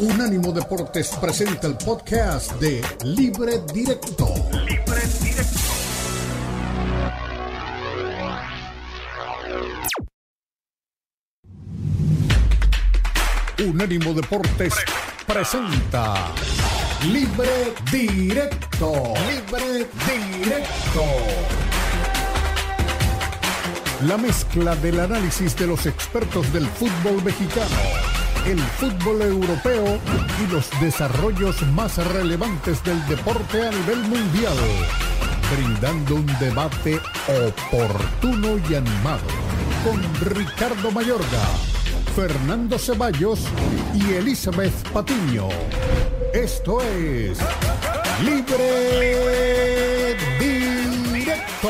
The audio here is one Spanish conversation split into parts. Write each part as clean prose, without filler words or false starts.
Unánimo Deportes presenta el podcast de Libre Directo. Libre Directo. Unánimo Deportes presenta Libre Directo. Libre Directo. La mezcla del análisis de los expertos del fútbol mexicano, el fútbol europeo y los desarrollos más relevantes del deporte a nivel mundial, brindando un debate oportuno y animado con Ricardo Mayorga, Fernando Ceballos y Elizabeth Patiño. Esto es Libre Directo.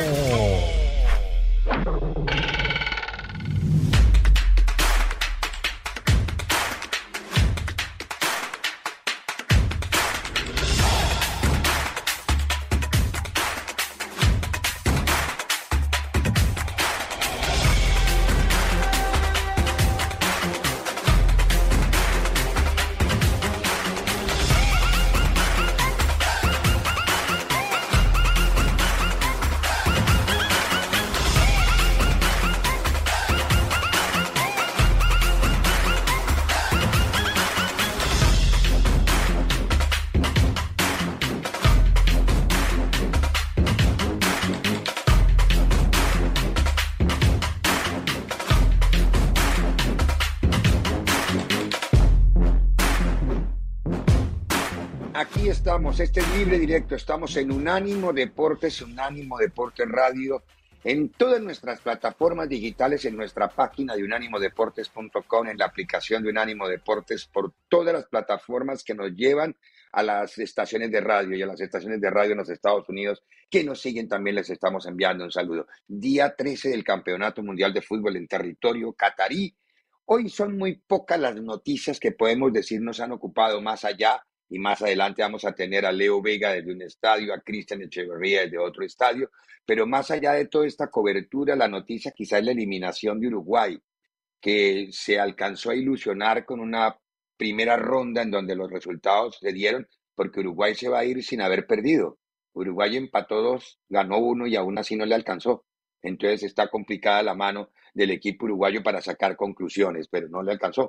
Aquí estamos, este es Libre Directo, estamos en Unánimo Deportes Radio, en todas nuestras plataformas digitales, en nuestra página de unánimodeportes.com, en la aplicación de Unánimo Deportes, por todas las plataformas que nos llevan a las estaciones de radio y a las estaciones de radio en los Estados Unidos que nos siguen también les estamos enviando un saludo. Día 13 del Campeonato Mundial de Fútbol en territorio catarí. Hoy son muy pocas las noticias que podemos decir nos han ocupado más allá. Y más adelante vamos a tener a Leo Vega desde un estadio, a Cristian Echeverría desde otro estadio. Pero más allá de toda esta cobertura, la noticia quizás es la eliminación de Uruguay, que se alcanzó a ilusionar con una primera ronda en donde los resultados se dieron, porque Uruguay se va a ir sin haber perdido. Uruguay empató 2, ganó 1 y aún así no le alcanzó. Entonces está complicada la mano del equipo uruguayo para sacar conclusiones, pero no le alcanzó.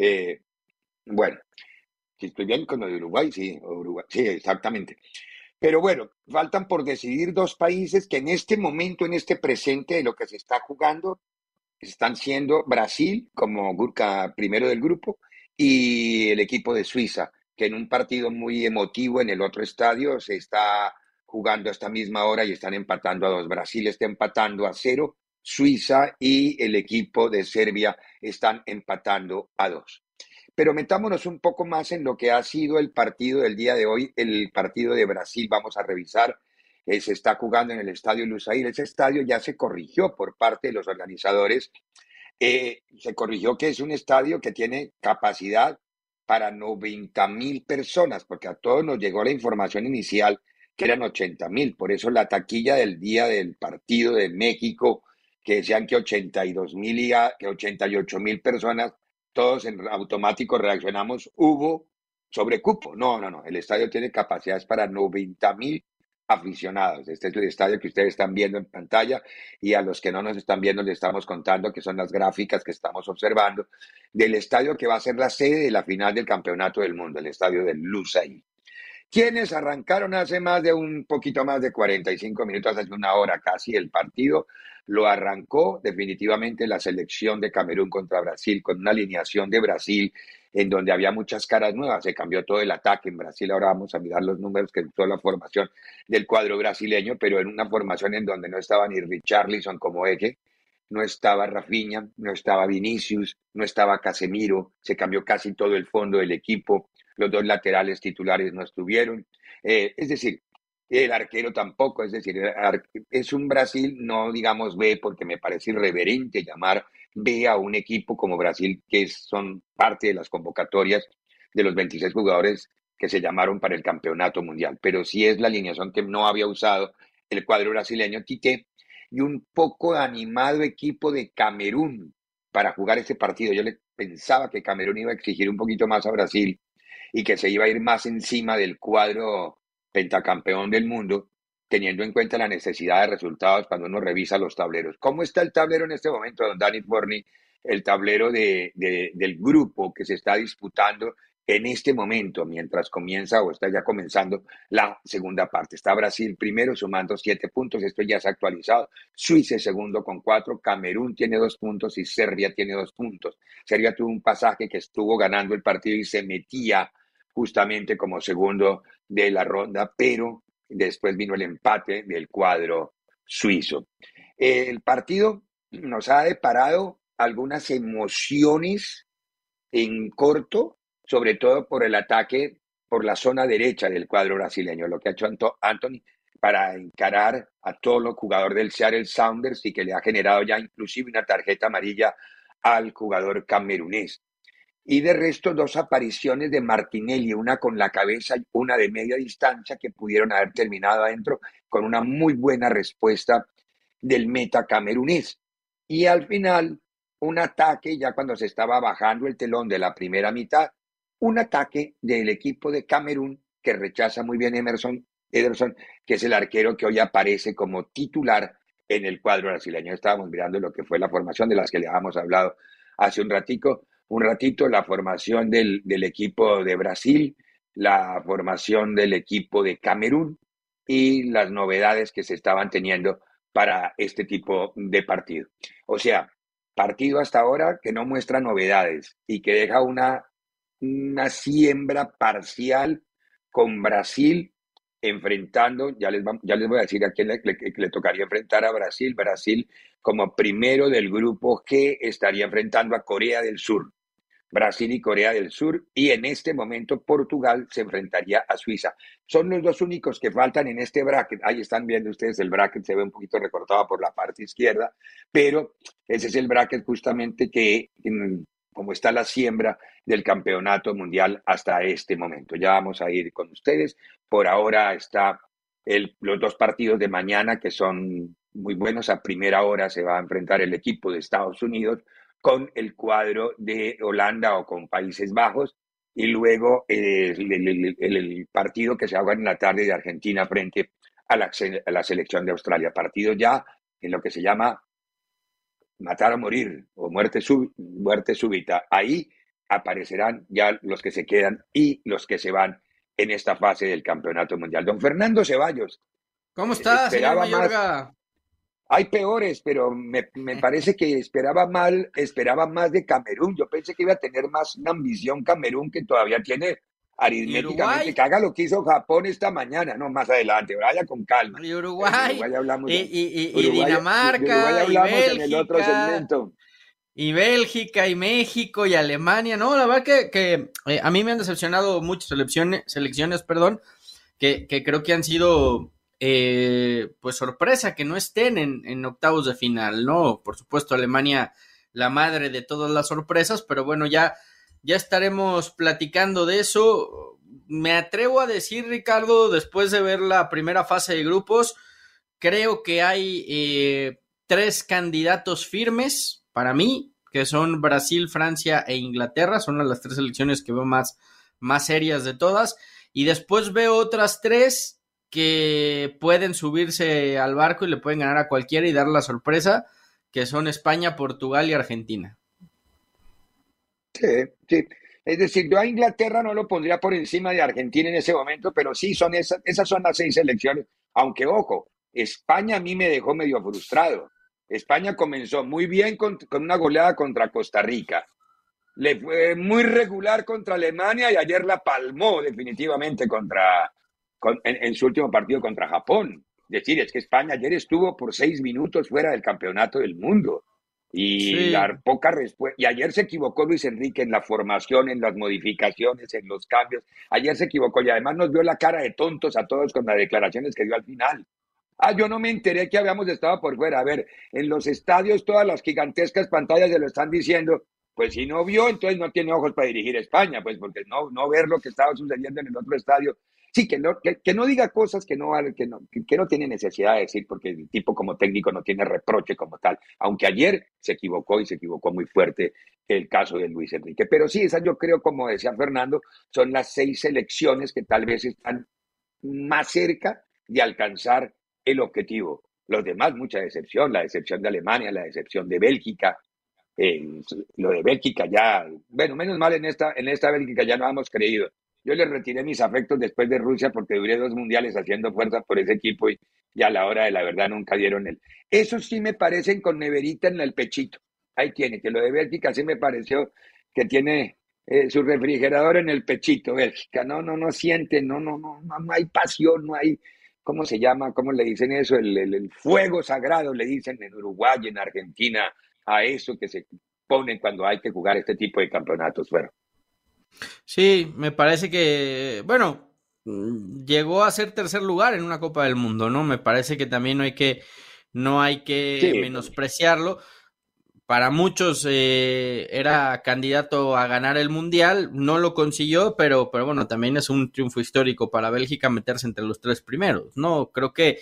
Bueno. Si estoy bien con lo de Uruguay, sí, exactamente. Pero bueno, faltan por decidir 2 países que en este momento, en este presente de lo que se está jugando, están siendo Brasil como primero del grupo y el equipo de Suiza, que en un partido muy emotivo en el otro estadio se está jugando a esta misma hora y están empatando a 2. Brasil está empatando a 0, Suiza y el equipo de Serbia están empatando a 2. Pero metámonos un poco más en lo que ha sido el partido del día de hoy, el partido de Brasil. Vamos a revisar, se está jugando en el Estadio Lusail. Ese estadio ya se corrigió por parte de los organizadores. Se corrigió que es un estadio que tiene capacidad para 90,000 personas, porque a todos nos llegó la información inicial que eran 80,000. Por eso la taquilla del día del partido de México, que decían que 82,000 y que 88,000 personas, todos en automático reaccionamos, hubo sobrecupo. No, el estadio tiene capacidades para 90,000 aficionados. Este es el estadio que ustedes están viendo en pantalla y a los que no nos están viendo les estamos contando que son las gráficas que estamos observando del estadio que va a ser la sede de la final del Campeonato del Mundo, el estadio del Lusail. Quienes arrancaron hace un poquito más de 45 minutos, hace una hora casi, el partido lo arrancó definitivamente la selección de Camerún contra Brasil, con una alineación de Brasil en donde había muchas caras nuevas. Se cambió todo el ataque en Brasil. Ahora vamos a mirar los números que usó la formación del cuadro brasileño, pero en una formación en donde no estaba ni Richarlison como eje, no estaba Rafinha, no estaba Vinicius, no estaba Casemiro, se cambió casi todo el fondo del equipo, los 2 laterales titulares no estuvieron, es decir, el arquero tampoco, es decir, es un Brasil, no digamos B, porque me parece irreverente llamar B a un equipo como Brasil, que son parte de las convocatorias de los 26 jugadores que se llamaron para el campeonato mundial, pero sí es la alineación que no había usado el cuadro brasileño Tite, y un poco animado equipo de Camerún para jugar ese partido. Yo le pensaba que Camerún iba a exigir un poquito más a Brasil y que se iba a ir más encima del cuadro pentacampeón del mundo, teniendo en cuenta la necesidad de resultados cuando uno revisa los tableros. ¿Cómo está el tablero en este momento, don Dani Forni? El tablero del grupo que se está disputando en este momento, mientras comienza o está ya comenzando la segunda parte. Está Brasil primero sumando 7 puntos, esto ya se ha actualizado. Suiza segundo con 4, Camerún tiene 2 puntos y Serbia tiene 2 puntos. Serbia tuvo un pasaje que estuvo ganando el partido y se metía justamente como segundo de la ronda, pero después vino el empate del cuadro suizo. El partido nos ha deparado algunas emociones en corto, sobre todo por el ataque por la zona derecha del cuadro brasileño, lo que ha hecho Anthony para encarar a todos los jugadores del Seattle Sounders y que le ha generado ya inclusive una tarjeta amarilla al jugador camerunés. Y de resto, 2 apariciones de Martinelli, una con la cabeza y una de media distancia, que pudieron haber terminado adentro con una muy buena respuesta del meta camerunés. Y al final, un ataque, ya cuando se estaba bajando el telón de la primera mitad, un ataque del equipo de Camerún que rechaza muy bien Ederson, que es el arquero que hoy aparece como titular en el cuadro brasileño. Estábamos mirando lo que fue la formación de las que le habíamos hablado hace un ratito, la formación del equipo de Brasil, la formación del equipo de Camerún y las novedades que se estaban teniendo para este tipo de partido. O sea, partido hasta ahora que no muestra novedades y que deja una siembra parcial con Brasil enfrentando, ya les voy a decir a quién le tocaría enfrentar a Brasil. Brasil como primero del grupo G estaría enfrentando a Corea del Sur. Brasil y Corea del Sur, y en este momento Portugal se enfrentaría a Suiza. Son los 2 únicos que faltan en este bracket. Ahí están viendo ustedes el bracket, se ve un poquito recortado por la parte izquierda, pero ese es el bracket justamente que, como está la siembra del campeonato mundial hasta este momento. Ya vamos a ir con ustedes. Por ahora está los 2 partidos de mañana que son muy buenos. A primera hora se va a enfrentar el equipo de Estados Unidos con el cuadro de Holanda o con Países Bajos, y luego el partido que se haga en la tarde de Argentina frente a la selección de Australia. Partido ya en lo que se llama matar o morir o muerte súbita. Ahí aparecerán ya los que se quedan y los que se van en esta fase del campeonato mundial. Don Fernando Ceballos, ¿cómo está, señor Mayorga? Hay peores, pero me parece que esperaba más de Camerún. Yo pensé que iba a tener más una ambición Camerún, que todavía tiene aritméticamente, que haga lo que hizo Japón esta mañana, no más adelante, vaya con calma. Y Uruguay, hablamos y Dinamarca, Uruguay hablamos y Bélgica, en el otro segmento. Y Bélgica, y México, y Alemania. No, la verdad que a mí me han decepcionado muchas selecciones, que creo que han sido pues sorpresa que no estén en octavos de final, ¿no? Por supuesto, Alemania, la madre de todas las sorpresas, pero bueno, ya estaremos platicando de eso. Me atrevo a decir, Ricardo, después de ver la primera fase de grupos, creo que hay 3 candidatos firmes para mí, que son Brasil, Francia e Inglaterra. Son las 3 selecciones que veo más serias de todas, y después veo otras 3 que pueden subirse al barco y le pueden ganar a cualquiera y dar la sorpresa, que son España, Portugal y Argentina. Sí. Es decir, yo a Inglaterra no lo pondría por encima de Argentina en ese momento, pero sí, esas son las 6 selecciones. Aunque, ojo, España a mí me dejó medio frustrado. España comenzó muy bien con una goleada contra Costa Rica. Le fue muy regular contra Alemania y ayer la palmó definitivamente en su último partido contra Japón. Es decir, es que España ayer estuvo por 6 minutos fuera del campeonato del mundo. Y Sí. poca respuesta. Y ayer se equivocó Luis Enrique en la formación, en las modificaciones, en los cambios. Ayer se equivocó y además nos vio la cara de tontos a todos con las declaraciones que dio al final. Yo no me enteré que habíamos estado por fuera. A ver, en los estadios todas las gigantescas pantallas se lo están diciendo. Pues si no vio, entonces no tiene ojos para dirigir España, pues porque no ver lo que estaba sucediendo en el otro estadio Sí, que no diga cosas que no tiene necesidad de decir, porque el tipo como técnico no tiene reproche como tal, aunque ayer se equivocó y se equivocó muy fuerte el caso de Luis Enrique. Pero sí, esas yo creo, como decía Fernando, son las 6 selecciones que tal vez están más cerca de alcanzar el objetivo. Los demás, mucha decepción, la decepción de Alemania, la decepción de Bélgica. Lo de Bélgica ya, bueno, menos mal en esta Bélgica ya no hemos creído. Yo le retiré mis afectos después de Rusia porque duré 2 mundiales haciendo fuerza por ese equipo y a la hora de la verdad nunca dieron el. Eso sí me parecen con neverita en el pechito. Ahí tiene, que lo de Bélgica sí me pareció que tiene su refrigerador en el pechito. Bélgica, no siente, no hay pasión, no hay, ¿cómo se llama? ¿Cómo le dicen eso? El fuego sagrado, le dicen en Uruguay, en Argentina, a eso que se pone cuando hay que jugar este tipo de campeonatos. Bueno. Sí, me parece que, bueno, llegó a ser tercer lugar en una Copa del Mundo, ¿no? Me parece que también no hay que Sí. menospreciarlo. Para muchos era candidato a ganar el Mundial, no lo consiguió, pero bueno, también es un triunfo histórico para Bélgica meterse entre los 3 primeros, ¿no? Creo que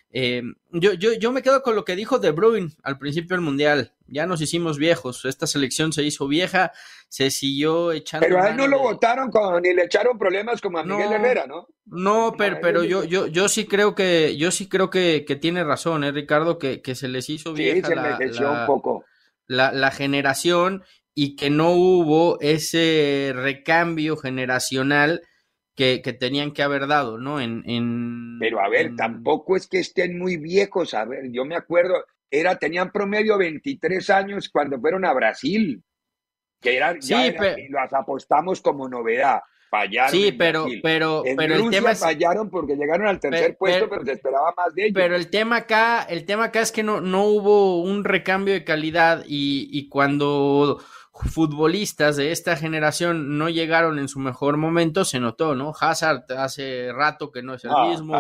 yo me quedo con lo que dijo De Bruyne al principio del Mundial. Ya nos hicimos viejos, esta selección se hizo vieja, se siguió echando. Pero a él no lo votaron ni le echaron problemas como a Miguel Herrera, ¿no? No, pero yo sí creo que tiene razón, Ricardo, que se les hizo vieja se envejeció un poco. La generación y que no hubo ese recambio generacional que tenían que haber dado, ¿no? Pero a ver, tampoco es que estén muy viejos, a ver, yo me acuerdo, tenían promedio 23 años cuando fueron a Brasil, que los apostamos como novedad, fallaron. Sí, pero Rusia el tema fallaron porque llegaron al tercer puesto, pero se esperaba más de ellos. Pero el tema acá es que no hubo un recambio de calidad y cuando futbolistas de esta generación no llegaron en su mejor momento, se notó, ¿no? Hazard hace rato que no es el mismo.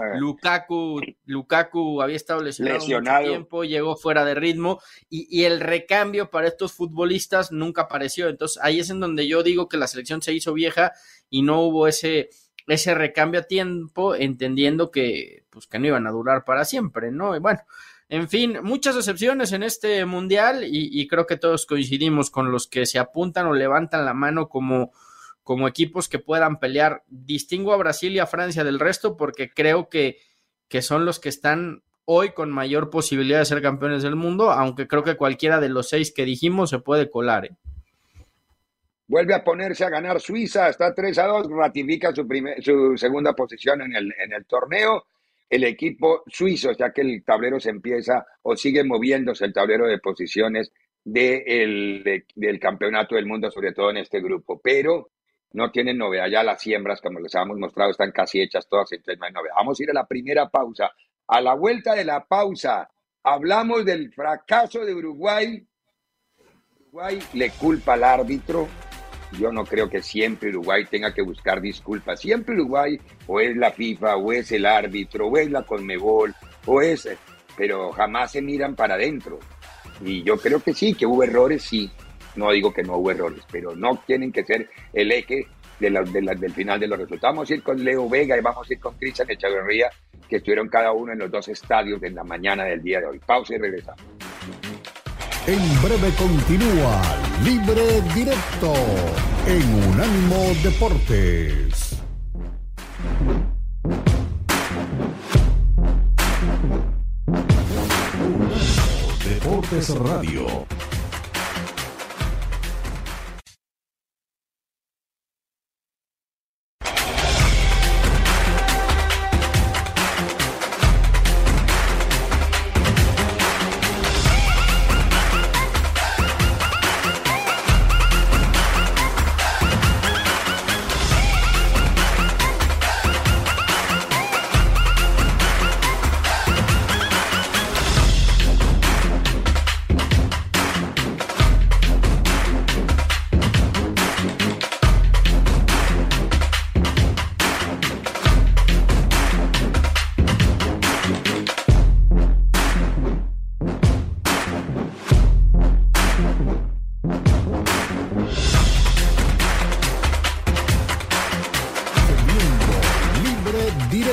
Lukaku había estado lesionado mucho tiempo, llegó fuera de ritmo y el recambio para estos futbolistas nunca apareció. Entonces ahí es en donde yo digo que la selección se hizo vieja y no hubo ese recambio a tiempo, entendiendo que no iban a durar para siempre, ¿no? Y bueno, en fin, muchas excepciones en este mundial y creo que todos coincidimos con los que se apuntan o levantan la mano como equipos que puedan pelear. Distingo a Brasil y a Francia del resto porque creo que son los que están hoy con mayor posibilidad de ser campeones del mundo, aunque creo que cualquiera de los 6 que dijimos se puede colar. Vuelve a ponerse a ganar Suiza, está 3-2, ratifica su segunda posición en el torneo. El equipo suizo, ya que el tablero se empieza o sigue moviéndose el tablero de posiciones del campeonato del mundo, sobre todo en este grupo, pero no tienen novedad. Ya las siembras, como les habíamos mostrado, están casi hechas todas, entonces no hay novedad. Vamos a ir a la primera pausa. A la vuelta de la pausa, hablamos del fracaso de Uruguay. Uruguay le culpa al árbitro. Yo no creo que siempre Uruguay tenga que buscar disculpas. Siempre Uruguay o es la FIFA, o es el árbitro, o es la Conmebol, pero jamás se miran para adentro. Y yo creo que sí, que hubo errores, sí. No digo que no hubo errores, pero no tienen que ser el eje del final de los resultados. Vamos a ir con Leo Vega y vamos a ir con Cristian Echeverría, que estuvieron cada uno en los 2 estadios en la mañana del día de hoy. Pausa y regresamos. En breve continúa Libre Directo en Unánimo Deportes. Deportes Radio.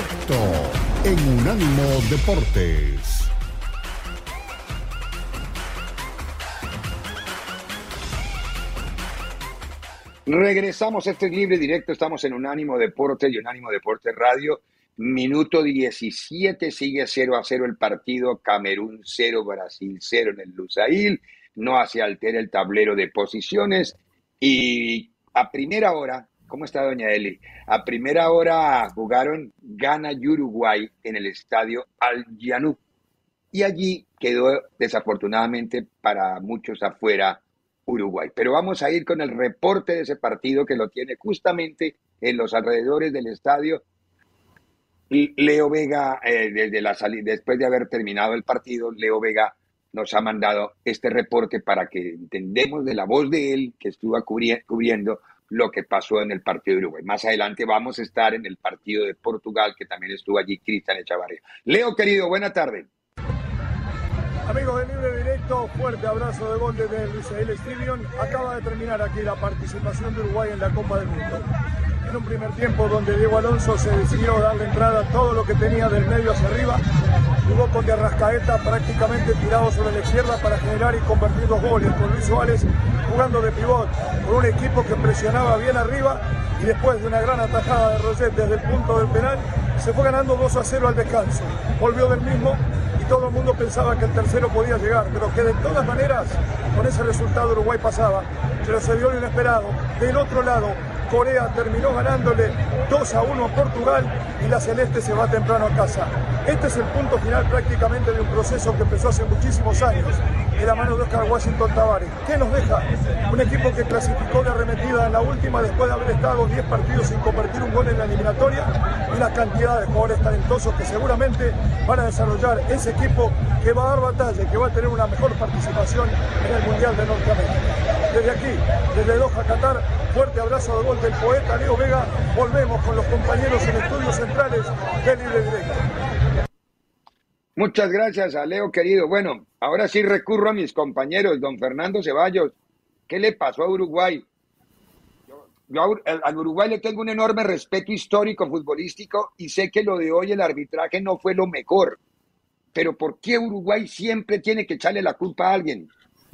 directo en Unánimo Deportes. Regresamos, este es Libre Directo, estamos en Unánimo Deportes y Unánimo Deportes Radio. Minuto 17, sigue 0-0 el partido, Camerún 0, Brasil 0 en el Lusail, no se altera el tablero de posiciones y a primera hora, ¿cómo está doña Eli? A primera hora jugaron Ghana y Uruguay en el estadio Al Janoub y allí quedó desafortunadamente para muchos afuera Uruguay. Pero vamos a ir con el reporte de ese partido que lo tiene justamente en los alrededores del estadio Leo Vega, desde la salida, después de haber terminado el partido, Leo Vega nos ha mandado este reporte para que entendamos de la voz de él que estuvo cubriendo lo que pasó en el partido de Uruguay. Más adelante vamos a estar en el partido de Portugal, que también estuvo allí Cristian Echavarría. Leo, querido, buena tarde. Amigos de Libre Directo, fuerte abrazo de gol desde el Lusail Stadium. Acaba de terminar aquí la participación de Uruguay en la Copa del Mundo. En un primer tiempo donde Diego Alonso se decidió darle entrada a todo lo que tenía del medio hacia arriba, jugó con De Arrascaeta prácticamente tirado sobre la izquierda para generar y convertir los goles, con Luis Suárez jugando de pivot, con un equipo que presionaba bien arriba y después de una gran atajada de Roget desde el punto del penal, se fue ganando 2-0 al descanso. Volvió del mismo y todo el mundo pensaba que el tercero podía llegar, pero que de todas maneras con ese resultado Uruguay pasaba, pero se dio lo inesperado. Del otro lado, Corea terminó ganándole 2-1 a Portugal y la Celeste se va temprano a casa. Este es el punto final prácticamente de un proceso que empezó hace muchísimos años, de la mano de Oscar Washington Tabárez. ¿Qué nos deja? Un equipo que clasificó de arremetida en la última después de haber estado 10 partidos sin convertir un gol en la eliminatoria y la cantidad de jugadores talentosos que seguramente van a desarrollar ese equipo que va a dar batalla y que va a tener una mejor participación en el Mundial de Norteamérica. Desde aquí, desde Doha, Qatar, fuerte abrazo de gol del poeta Leo Vega. Volvemos con los compañeros en estudios centrales de Libre Directo. Muchas gracias a Leo, querido. Bueno, ahora sí recurro a mis compañeros. Don Fernando Ceballos, ¿qué le pasó a Uruguay? Yo al Uruguay le tengo un enorme respeto histórico, futbolístico, y sé que lo de hoy, el arbitraje, no fue lo mejor. Pero ¿por qué Uruguay siempre tiene que echarle la culpa a alguien?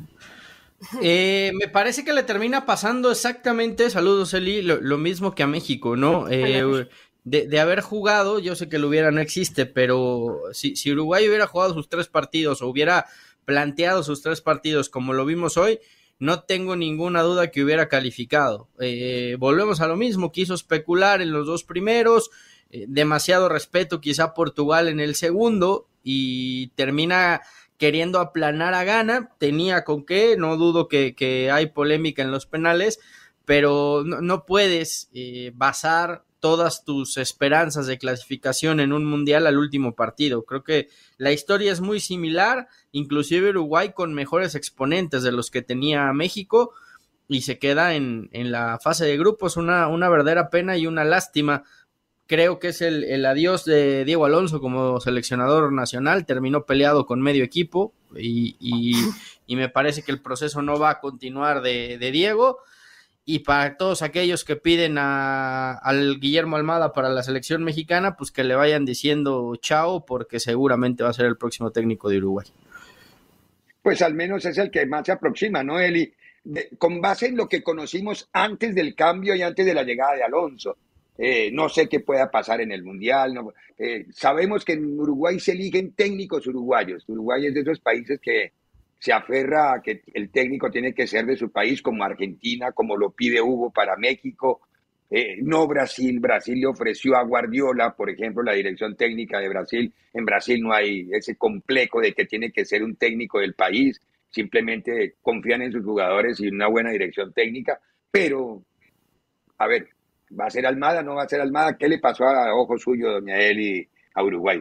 Me parece que le termina pasando exactamente, saludos Eli, lo mismo que a México, ¿no? De haber jugado, yo sé que lo hubiera no existe, pero si Uruguay hubiera jugado sus 3 partidos o hubiera planteado sus 3 partidos como lo vimos hoy, no tengo ninguna duda que hubiera calificado. Volvemos a lo mismo, quiso especular en los 2 primeros, demasiado respeto quizá a Portugal en el segundo y termina queriendo aplanar a Ghana, tenía con qué, no dudo que hay polémica en los penales, pero no puedes basar todas tus esperanzas de clasificación en un mundial al último partido. Creo que la historia es muy similar, inclusive Uruguay con mejores exponentes de los que tenía México y se queda en la fase de grupos, una verdadera pena y una lástima. Creo que es el adiós de Diego Alonso como seleccionador nacional, terminó peleado con medio equipo y me parece que el proceso no va a continuar de Diego. Y para todos aquellos que piden al Guillermo Almada para la selección mexicana, pues que le vayan diciendo chao, porque seguramente va a ser el próximo técnico de Uruguay. Pues al menos es el que más se aproxima, ¿no, Eli? Con base en lo que conocimos antes del cambio y antes de la llegada de Alonso. No sé qué pueda pasar en el Mundial. No, sabemos que en Uruguay se eligen técnicos uruguayos. Uruguay es de esos países que se aferra a que el técnico tiene que ser de su país, como Argentina, como lo pide Hugo para México. No Brasil. Brasil le ofreció a Guardiola, por ejemplo, la dirección técnica de Brasil. En Brasil no hay ese complejo de que tiene que ser un técnico del país. Simplemente confían en sus jugadores y una buena dirección técnica. Pero, a ver, ¿va a ser Almada? ¿No va a ser Almada? ¿Qué le pasó a ojo suyo, doña Eli, a Uruguay?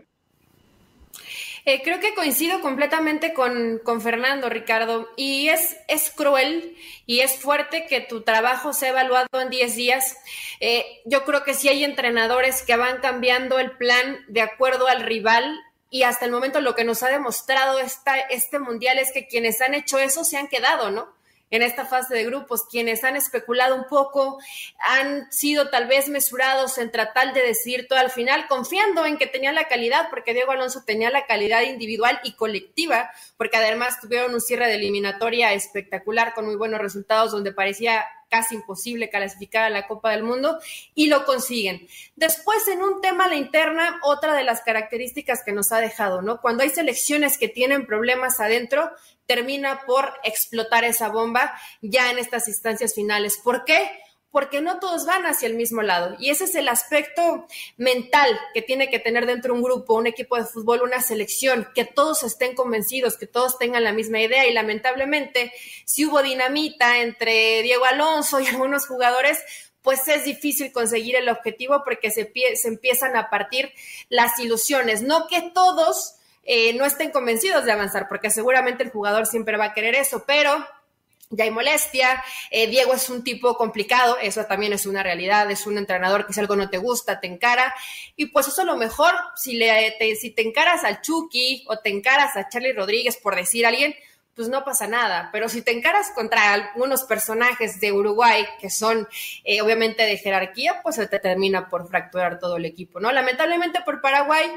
Creo que coincido completamente con Fernando, Ricardo, y es cruel y es fuerte que tu trabajo sea evaluado en 10 días. Yo creo que sí hay entrenadores que van cambiando el plan de acuerdo al rival y hasta el momento lo que nos ha demostrado este Mundial es que quienes han hecho eso se han quedado, ¿no? en esta fase de grupos. Quienes han especulado un poco han sido tal vez mesurados en tratar de decidir todo al final, confiando en que tenían la calidad, porque Diego Alonso tenía la calidad individual y colectiva, porque además tuvieron un cierre de eliminatoria espectacular con muy buenos resultados, donde parecía casi imposible clasificar a la Copa del Mundo, y lo consiguen. Después, en un tema a la interna, otra de las características que nos ha dejado, ¿no? Cuando hay selecciones que tienen problemas adentro, termina por explotar esa bomba ya en estas instancias finales. ¿Por qué? Porque no todos van hacia el mismo lado, y ese es el aspecto mental que tiene que tener dentro un grupo, un equipo de fútbol, una selección, que todos estén convencidos, que todos tengan la misma idea, y lamentablemente, si hubo dinamita entre Diego Alonso y algunos jugadores, pues es difícil conseguir el objetivo, porque se empiezan a partir las ilusiones. No que todos no estén convencidos de avanzar, porque seguramente el jugador siempre va a querer eso, pero ya hay molestia. Diego es un tipo complicado, eso también es una realidad, es un entrenador que si algo no te gusta, te encara, y pues eso a lo mejor, si te encaras al Chucky o te encaras a Charly Rodríguez, por decir a alguien, pues no pasa nada, pero si te encaras contra algunos personajes de Uruguay que son obviamente de jerarquía, pues se te termina por fracturar todo el equipo, ¿no? Lamentablemente por Paraguay,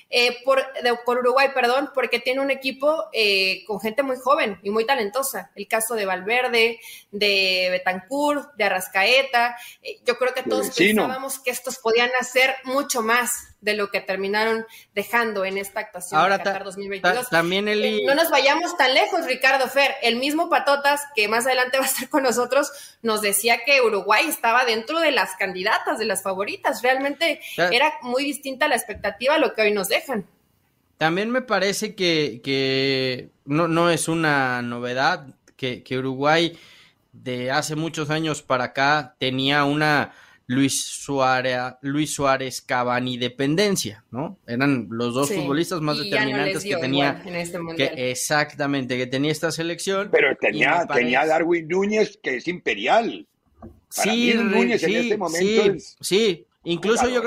por Uruguay, perdón, porque tiene un equipo con gente muy joven y muy talentosa. El caso de Valverde, de Bentancur, de Arrascaeta. Yo creo que todos pensábamos que estos podían hacer mucho más de lo que terminaron dejando en esta actuación ahora, de Qatar 2022. También no nos vayamos tan lejos, Ricardo Fer. El mismo Patotas, que más adelante va a estar con nosotros, nos decía que Uruguay estaba dentro de las candidatas, de las favoritas. Realmente era muy distinta la expectativa a lo que hoy nos dejan. También me parece que no es una novedad que Uruguay de hace muchos años para acá tenía una Luis Suárez Cavani dependencia, ¿no? Eran los dos futbolistas más determinantes que tenía en este exactamente, que tenía esta selección. Pero tenía a Darwin Núñez, que es imperial. Para mí Núñez en este momento sí. Incluso yo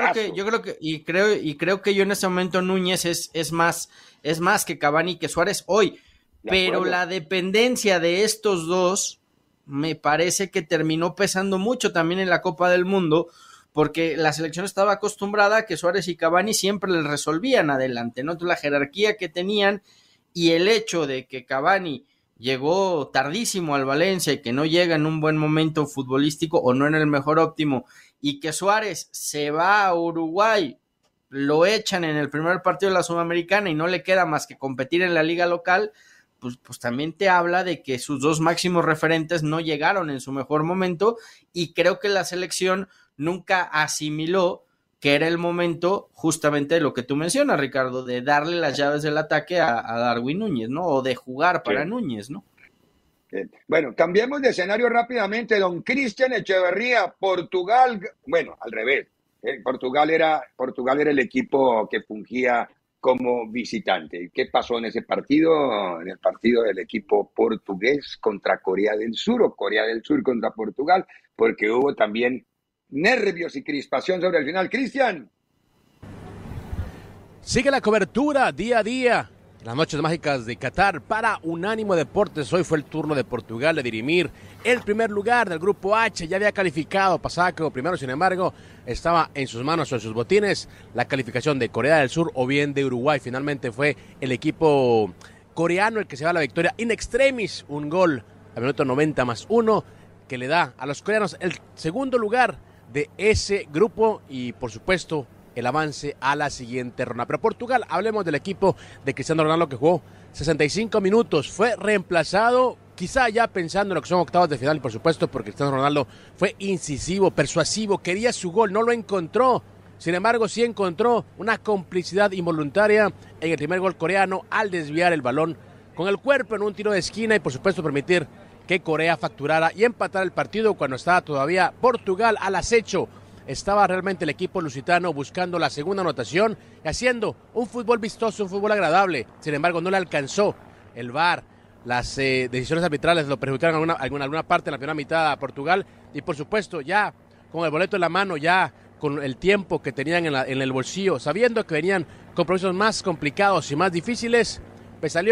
creo que yo en este momento Núñez es más que Cavani, que Suárez hoy, pero la dependencia de estos dos me parece que terminó pesando mucho también en la Copa del Mundo, porque la selección estaba acostumbrada a que Suárez y Cavani siempre les resolvían adelante, ¿no? Entonces la jerarquía que tenían y el hecho de que Cavani llegó tardísimo al Valencia y que no llega en un buen momento futbolístico o no en el mejor óptimo, y que Suárez se va a Uruguay, lo echan en el primer partido de la Sudamericana y no le queda más que competir en la liga local, pues también te habla de que sus dos máximos referentes no llegaron en su mejor momento, y creo que la selección nunca asimiló que era el momento justamente de lo que tú mencionas, Ricardo, de darle las llaves del ataque a Darwin Núñez, ¿no? O de jugar para Núñez, ¿no? Bueno, cambiemos de escenario rápidamente. Don Cristian Echeverría, Portugal, bueno, al revés. Portugal era el equipo que fungía como visitante. ¿Qué pasó en ese partido? En el partido del equipo portugués contra Corea del Sur, o Corea del Sur contra Portugal, porque hubo también nervios y crispación sobre el final. Cristian. Sigue la cobertura día a día. Las noches mágicas de Qatar para Unánimo Deportes. Hoy fue el turno de Portugal de dirimir el primer lugar del grupo H. Ya había calificado, pasaba como primero, sin embargo, estaba en sus manos o en sus botines la calificación de Corea del Sur o bien de Uruguay. Finalmente fue el equipo coreano el que se va a la victoria in extremis. Un gol al minuto 90+1 que le da a los coreanos el segundo lugar de ese grupo y, por supuesto, el avance a la siguiente ronda. Pero Portugal, hablemos del equipo de Cristiano Ronaldo, que jugó 65 minutos, fue reemplazado, quizá ya pensando en lo que son octavos de final, y por supuesto porque Cristiano Ronaldo fue incisivo, persuasivo, quería su gol, no lo encontró. Sin embargo, sí encontró una complicidad involuntaria en el primer gol coreano al desviar el balón con el cuerpo en un tiro de esquina y por supuesto permitir que Corea facturara y empatara el partido cuando estaba todavía Portugal al acecho. Estaba realmente el equipo lusitano buscando la segunda anotación y haciendo un fútbol vistoso, un fútbol agradable. Sin embargo, no le alcanzó el VAR. Las decisiones arbitrales lo perjudicaron en alguna parte en la primera mitad a Portugal. Y por supuesto, ya con el boleto en la mano, ya con el tiempo que tenían en el bolsillo, sabiendo que venían compromisos más complicados y más difíciles, pues salió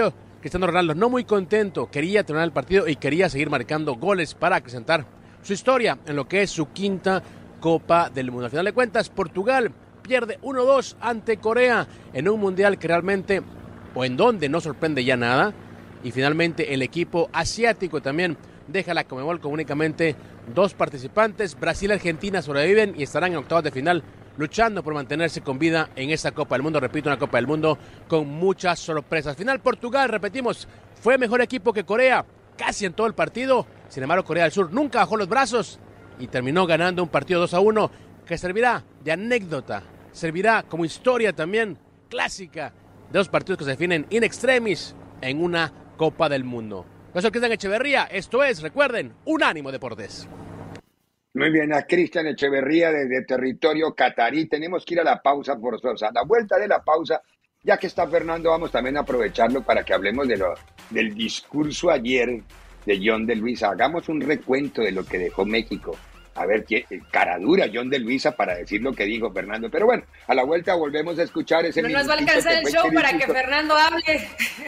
Cristiano Ronaldo no muy contento, quería terminar el partido y quería seguir marcando goles para acrecentar su historia en lo que es su quinta Copa del Mundo. Al final de cuentas, Portugal pierde 1-2 ante Corea en un mundial que realmente, o en donde no sorprende ya nada, y finalmente el equipo asiático también deja la Conmebol con únicamente 2 participantes. Brasil y Argentina sobreviven y estarán en octavos de final luchando por mantenerse con vida en esta Copa del Mundo. Repito, una Copa del Mundo con muchas sorpresas. Final, Portugal, repetimos, fue mejor equipo que Corea casi en todo el partido. Sin embargo, Corea del Sur nunca bajó los brazos y terminó ganando un partido 2-1 que servirá de anécdota, servirá como historia también clásica de 2 partidos que se definen in extremis en una Copa del Mundo. Yo soy Cristian Echeverría, esto es, recuerden, Unánimo Deportes. Muy bien, a Cristian Echeverría desde territorio catarí. Tenemos que ir a la pausa forzosa. A la vuelta de la pausa, ya que está Fernando, vamos también a aprovecharlo para que hablemos del discurso ayer de John de Luisa. Hagamos un recuento de lo que dejó México. A ver, cara dura John de Luisa para decir lo que dijo Fernando. Pero bueno, a la vuelta volvemos a escuchar ese minutito. No nos va a alcanzar el show para que Fernando hable.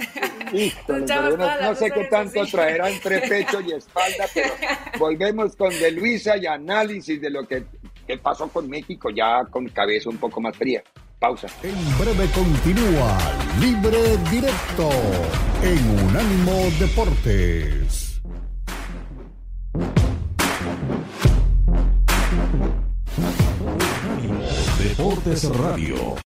No sé qué tanto traerá entre pecho y espalda, pero volvemos con De Luisa y análisis de lo que pasó con México, ya con cabeza un poco más fría. Pausa. En breve continúa Libre Directo en Unánimo Deportes. Deportes Radio.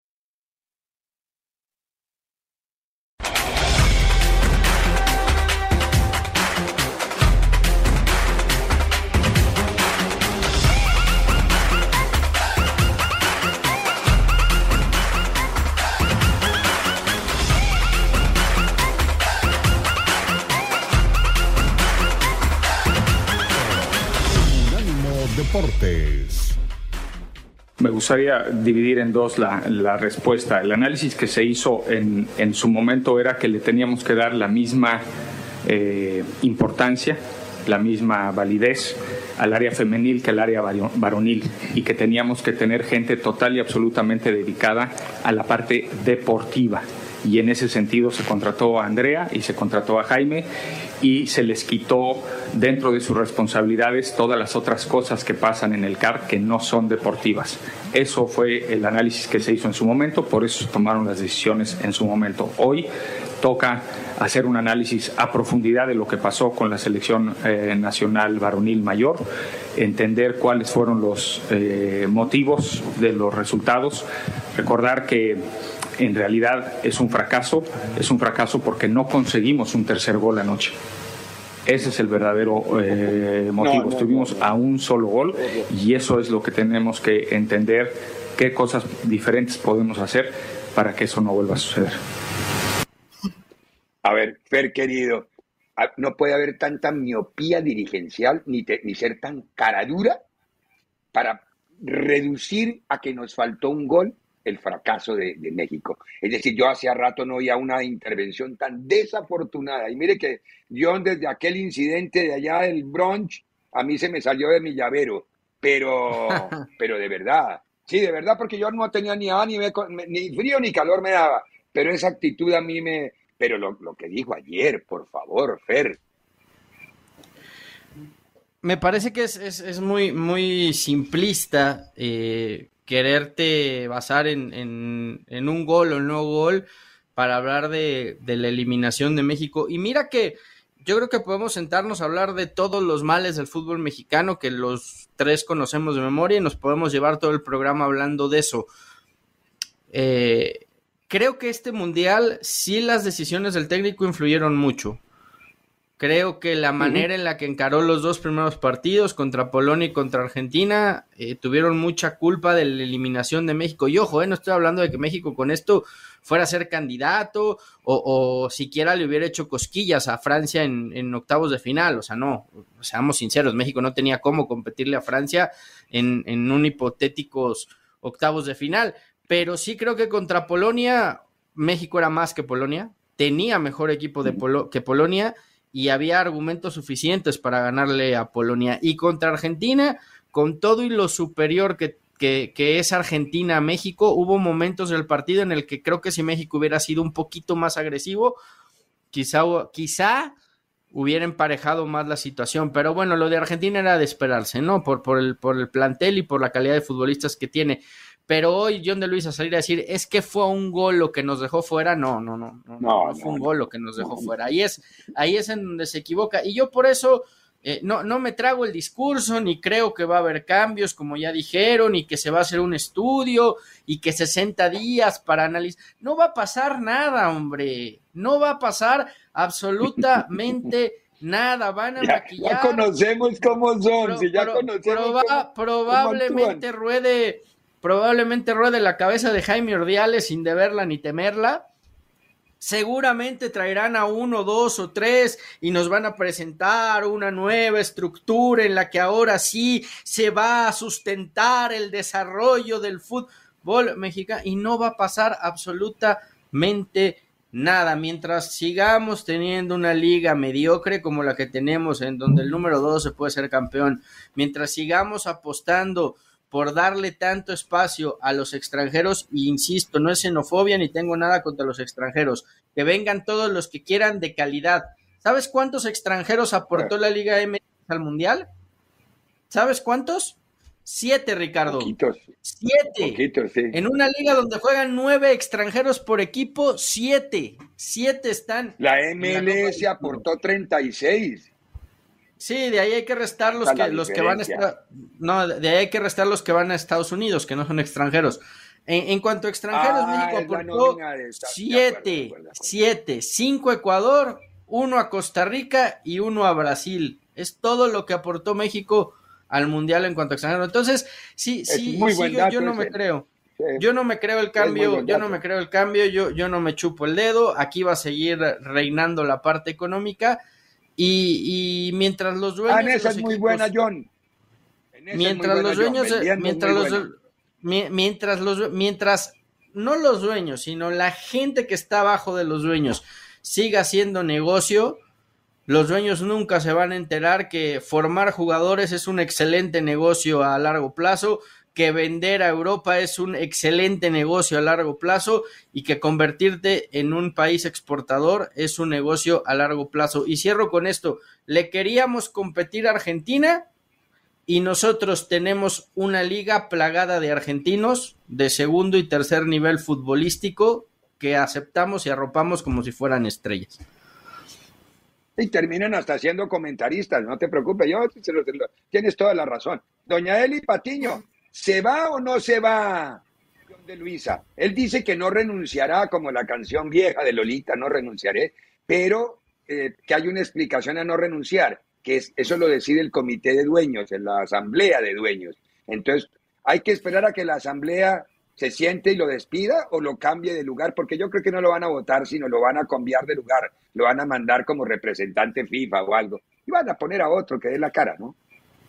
Deportes. Me gustaría dividir en dos la respuesta. El análisis que se hizo en su momento era que le teníamos que dar la misma importancia, la misma validez al área femenil que al área varonil, y que teníamos que tener gente total y absolutamente dedicada a la parte deportiva. Y en ese sentido se contrató a Andrea y se contrató a Jaime, y se les quitó dentro de sus responsabilidades todas las otras cosas que pasan en el CAR que no son deportivas. Eso fue el análisis que se hizo en su momento, por eso se tomaron las decisiones en su momento. Hoy toca hacer un análisis a profundidad de lo que pasó con la selección nacional varonil mayor, entender cuáles fueron los motivos de los resultados, recordar que en realidad es un fracaso porque no conseguimos un tercer gol anoche. Ese es el verdadero motivo. Estuvimos a un solo gol, y eso es lo que tenemos que entender, qué cosas diferentes podemos hacer para que eso no vuelva a suceder. A ver, Fer querido, no puede haber tanta miopía dirigencial ni ser tan caradura para reducir a que nos faltó un gol el fracaso de México. Es decir, yo hacía rato no oía una intervención tan desafortunada. Y mire que yo desde aquel incidente de allá del brunch, a mí se me salió de mi llavero. Pero de verdad, sí, de verdad, porque yo no tenía ni ni frío ni calor me daba. Pero esa actitud a mí me... Pero lo que dijo ayer, por favor, Fer. Me parece que es muy, muy simplista quererte basar en un gol o no gol para hablar de la eliminación de México. Y mira que yo creo que podemos sentarnos a hablar de todos los males del fútbol mexicano, que los tres conocemos de memoria, y nos podemos llevar todo el programa hablando de eso. Creo que este mundial sí las decisiones del técnico influyeron mucho. Creo que la manera en la que encaró los 2 primeros partidos contra Polonia y contra Argentina tuvieron mucha culpa de la eliminación de México. Y ojo, no estoy hablando de que México con esto fuera a ser candidato o siquiera le hubiera hecho cosquillas a Francia en octavos de final. O sea, no, seamos sinceros, México no tenía cómo competirle a Francia en un hipotéticos octavos de final. Pero sí creo que contra Polonia, México era más que Polonia, tenía mejor equipo que Polonia, y había argumentos suficientes para ganarle a Polonia. Y contra Argentina, con todo y lo superior que es Argentina a México, hubo momentos del partido en el que creo que si México hubiera sido un poquito más agresivo, quizá hubiera emparejado más la situación, pero bueno, lo de Argentina era de esperarse, ¿no? Por el plantel y por la calidad de futbolistas que tiene. Pero hoy John de Luisa salir a decir, es que fue un gol lo que nos dejó fuera, no fue un gol lo que nos dejó fuera. Ahí es en donde se equivoca. Y yo por eso no me trago el discurso, ni creo que va a haber cambios, como ya dijeron, y que se va a hacer un estudio, y que 60 días para analizar. No va a pasar nada, hombre. No va a pasar absolutamente nada. Van a maquillar. Ya conocemos cómo son. Probablemente ruede la cabeza de Jaime Ordiales sin deberla ni temerla. Seguramente traerán a 1, 2 o 3 y nos van a presentar una nueva estructura en la que ahora sí se va a sustentar el desarrollo del fútbol mexicano, y no va a pasar absolutamente nada. Mientras sigamos teniendo una liga mediocre como la que tenemos, en donde el número 12 puede ser campeón, mientras sigamos apostando por darle tanto espacio a los extranjeros, y insisto, no es xenofobia ni tengo nada contra los extranjeros, que vengan todos los que quieran de calidad. ¿Sabes cuántos extranjeros aportó la Liga MX al Mundial? ¿Sabes cuántos? 7, Ricardo. Poquitos. 7. Poquitos, sí. En una liga donde juegan 9 extranjeros por equipo, 7 están. La MLS aportó 36. Sí, de ahí hay que restar los que van a estar. No, de ahí hay que restar los que van a Estados Unidos, que no son extranjeros. En cuanto a extranjeros, México aportó 7, 5 a Ecuador, 1 a Costa Rica y 1 a Brasil. Es todo lo que aportó México al Mundial en cuanto a extranjeros. Entonces, yo no me creo. Yo no me creo el cambio, yo no me chupo el dedo. Aquí va a seguir reinando la parte económica. Y mientras los dueños esa es muy buena, John. Mientras no los dueños, sino la gente que está abajo de los dueños siga haciendo negocio, los dueños nunca se van a enterar que formar jugadores es un excelente negocio a largo plazo, que vender a Europa es un excelente negocio a largo plazo, y que convertirte en un país exportador es un negocio a largo plazo. Y cierro con esto: le queríamos competir a Argentina y nosotros tenemos una liga plagada de argentinos de segundo y tercer nivel futbolístico que aceptamos y arropamos como si fueran estrellas. Y terminan hasta siendo comentaristas, no te preocupes, tienes toda la razón. Doña Eli Patiño, ¿se va o no se va John de Luisa? Él dice que no renunciará, como la canción vieja de Lolita, no renunciaré, pero que hay una explicación a no renunciar, que eso lo decide el comité de dueños, en la asamblea de dueños. Entonces, hay que esperar a que la asamblea se siente y lo despida o lo cambie de lugar, porque yo creo que no lo van a votar, sino lo van a cambiar de lugar, lo van a mandar como representante FIFA o algo, y van a poner a otro que dé la cara, ¿no?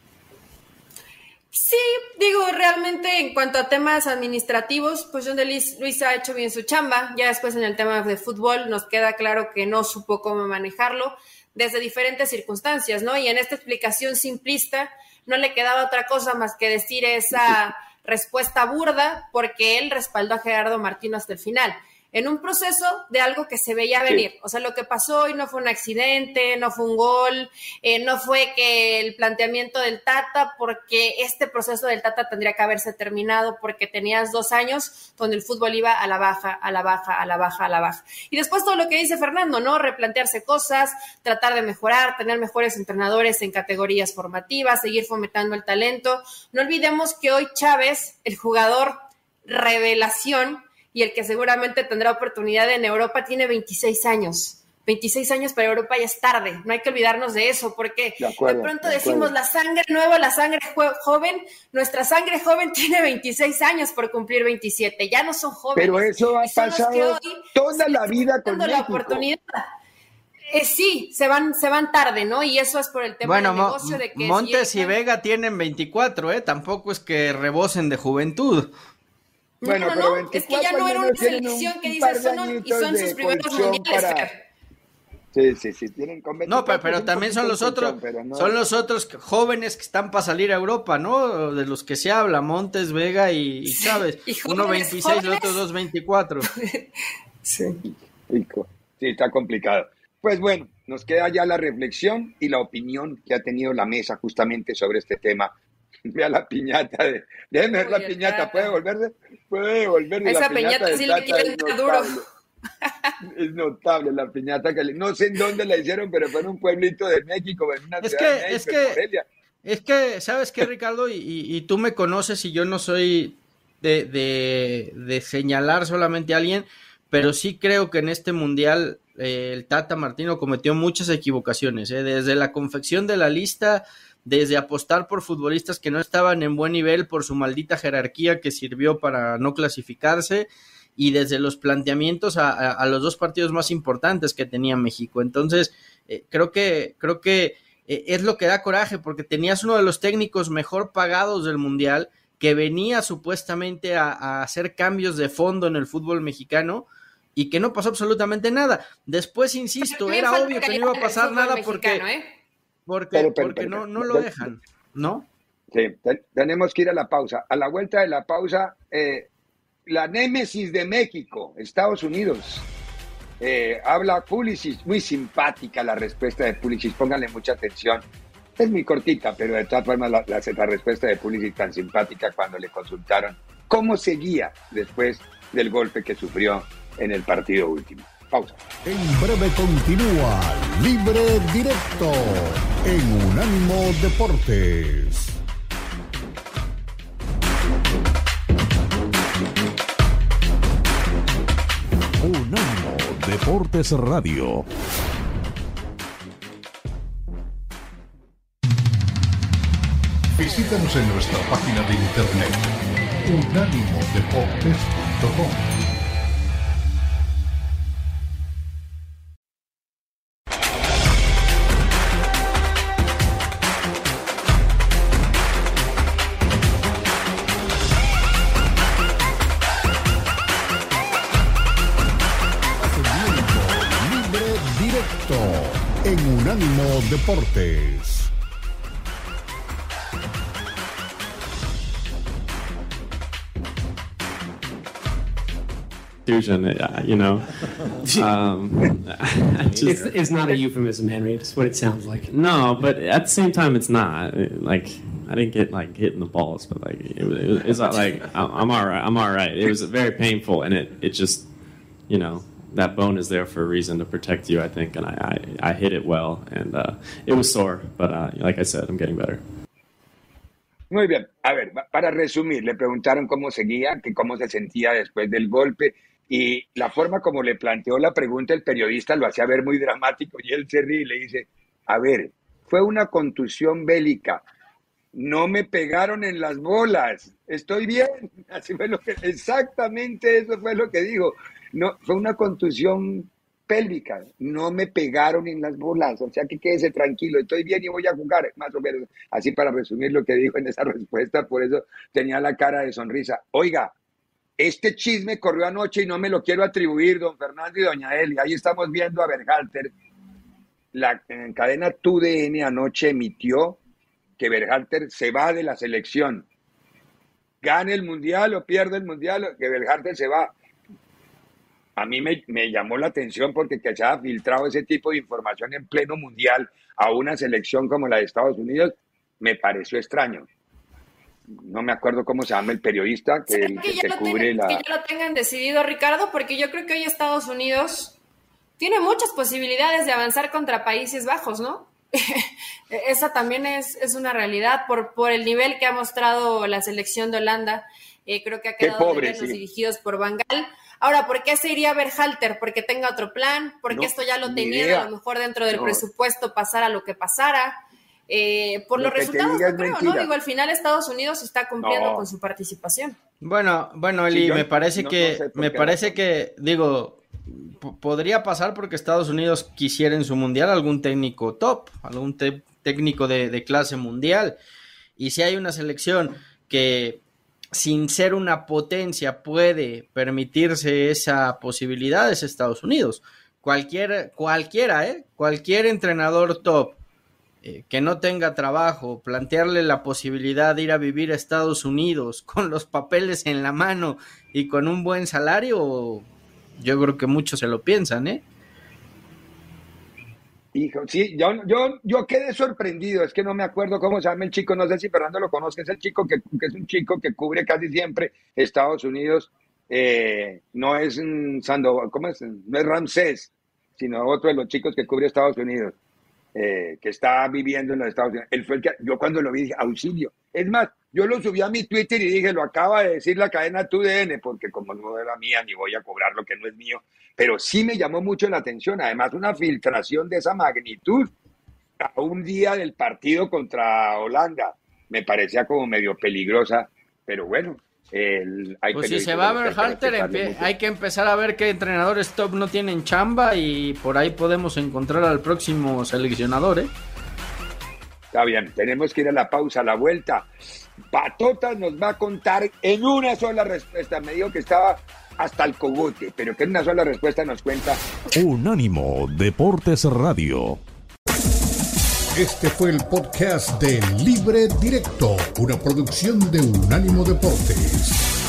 Sí, digo, realmente en cuanto a temas administrativos, pues John de Luisa ha hecho bien su chamba. Ya después en el tema de fútbol nos queda claro que no supo cómo manejarlo desde diferentes circunstancias, ¿no? Y en esta explicación simplista no le quedaba otra cosa más que decir esa respuesta burda, porque él respaldó a Gerardo Martino hasta el final, en un proceso de algo que se veía venir. O sea, lo que pasó hoy no fue un accidente, no fue un gol, no fue que el planteamiento del Tata, porque este proceso del Tata tendría que haberse terminado, porque tenías 2 años donde el fútbol iba a la baja, a la baja, a la baja, a la baja. Y después todo lo que dice Fernando, ¿no? Replantearse cosas, tratar de mejorar, tener mejores entrenadores en categorías formativas, seguir fomentando el talento. No olvidemos que hoy Chávez, el jugador revelación, y el que seguramente tendrá oportunidad en Europa, tiene 26 años. 26 años para Europa ya es tarde. No hay que olvidarnos de eso, porque de pronto decimos la sangre nueva, la sangre joven. Nuestra sangre joven tiene 26 años por cumplir 27. Ya no son jóvenes. Pero eso ha pasado toda la vida con la oportunidad. Sí, se van tarde, ¿no? Y eso es por el tema del negocio de que Montes y Vega tienen 24, tampoco es que rebosen de juventud. Bueno, no, es que ya no era una selección que dice y son sus primeros mundiales. Sí, tienen con 24. No, pero también son los otros, son los otros jóvenes que están para salir a Europa, ¿no? De los que se habla, Montes, Vega y Chávez. Uno 26, los otros 2 24. Sí, está complicado. Pues bueno, nos queda ya la reflexión y la opinión que ha tenido la mesa justamente sobre este tema. Vea la piñata déjeme ver la piñata, ¿puede volverse? Puede volverse. Esa la piñata sí le quiere entrar duro. Es notable la piñata no sé en dónde la hicieron, pero fue en un pueblito de México, en una ciudad de México, en Morelia. Es que, ¿sabes qué, Ricardo? Y tú me conoces y yo no soy de señalar solamente a alguien, pero sí creo que en este mundial el Tata Martino cometió muchas equivocaciones, desde la confección de la lista, desde apostar por futbolistas que no estaban en buen nivel por su maldita jerarquía que sirvió para no clasificarse, y desde los planteamientos a los dos partidos más importantes que tenía México. Entonces, creo que es lo que da coraje, porque tenías uno de los técnicos mejor pagados del mundial, que venía supuestamente a hacer cambios de fondo en el fútbol mexicano, y que no pasó absolutamente nada. Después, insisto, era obvio que no iba a pasar nada porque no lo dejan, ¿no? Sí, tenemos que ir a la pausa. A la vuelta de la pausa, la némesis de México, Estados Unidos. Habla Pulisic, muy simpática la respuesta de Pulisic, pónganle mucha atención. Es muy cortita, pero de todas formas la respuesta de Pulisic tan simpática cuando le consultaron cómo seguía después del golpe que sufrió en el partido último. Pausa. En breve continúa Libre Directo en Unánimo Deportes. Unánimo Deportes Radio. Visítanos en nuestra página de internet unánimodeportes.com. En Unánimo Deportes. You know, it's not a euphemism, Henry. It's what it sounds like. No, but at the same time, it's not. Like, I didn't get like hit in the balls, but like it's not like I'm all right. I'm all right. It was very painful, and it just, you know, that bone is there for a reason to protect you, I think, and I hit it well, and it was sore, but like I said, I'm getting better. Muy bien. A ver, para resumir, le preguntaron cómo seguía, que cómo se sentía después del golpe, y la forma como le planteó la pregunta el periodista lo hacía ver muy dramático, y él se ríe y le dice, a ver, fue una contusión bélica, no me pegaron en las bolas, estoy bien. Así fue exactamente eso fue lo que dijo. No, fue una contusión pélvica, no me pegaron en las bolas, o sea que quédese tranquilo, estoy bien y voy a jugar, más o menos, así para resumir lo que dijo en esa respuesta, por eso tenía la cara de sonrisa. Oiga, este chisme corrió anoche y no me lo quiero atribuir, don Fernando y doña Eli, ahí estamos viendo a Berhalter, la cadena TUDN anoche emitió que Berhalter se va de la selección, gane el mundial o pierde el mundial, que Berhalter se va. A mí me llamó la atención porque que se haya filtrado ese tipo de información en pleno mundial a una selección como la de Estados Unidos, me pareció extraño. No me acuerdo cómo se llama el periodista que cubre la... Que ya lo tengan decidido, Ricardo, porque yo creo que hoy Estados Unidos tiene muchas posibilidades de avanzar contra Países Bajos, ¿no? Esa también es una realidad por el nivel que ha mostrado la selección de Holanda. Creo que ha quedado de verlos dirigidos por Van Gaal. Ahora, ¿por qué se iría Berhalter? ¿Porque tenga otro plan? ¿Porque esto ya lo tenía a lo mejor dentro del presupuesto, pasara lo que pasara? Por los resultados, no creo, ¿no? Digo, al final Estados Unidos está cumpliendo con su participación. Bueno, Eli, sí, me parece que, digo, podría pasar porque Estados Unidos quisiera en su mundial algún técnico top, algún técnico de clase mundial. Y si hay una selección que, sin ser una potencia, puede permitirse esa posibilidad, es Estados Unidos. Cualquier entrenador top que no tenga trabajo, plantearle la posibilidad de ir a vivir a Estados Unidos con los papeles en la mano y con un buen salario, yo creo que muchos se lo piensan, Hijo, sí, yo quedé sorprendido, es que no me acuerdo cómo se llama el chico, no sé si Fernando lo conozca, es el chico que es un chico que cubre casi siempre Estados Unidos, no es Sandoval, ¿cómo es? No es Ramsés, sino otro de los chicos que cubre Estados Unidos, que está viviendo en los Estados Unidos. Él fue el que, yo cuando lo vi dije, auxilio. Es más, yo lo subí a mi Twitter y dije, lo acaba de decir la cadena TUDN, porque como no era mía, ni voy a cobrar lo que no es mío, pero sí me llamó mucho la atención. Además, una filtración de esa magnitud a un día del partido contra Holanda me parecía como medio peligrosa, pero bueno. Pues si se va a ver Halter, hay que empezar a ver qué entrenadores top no tienen chamba y por ahí podemos encontrar al próximo seleccionador, ¿eh? Está bien, tenemos que ir a la pausa, a la vuelta. Patotas nos va a contar en una sola respuesta. Me dijo que estaba hasta el cogote, pero que en una sola respuesta nos cuenta. Unánimo Deportes Radio. Este fue el podcast de Libre Directo, una producción de Unánimo Deportes.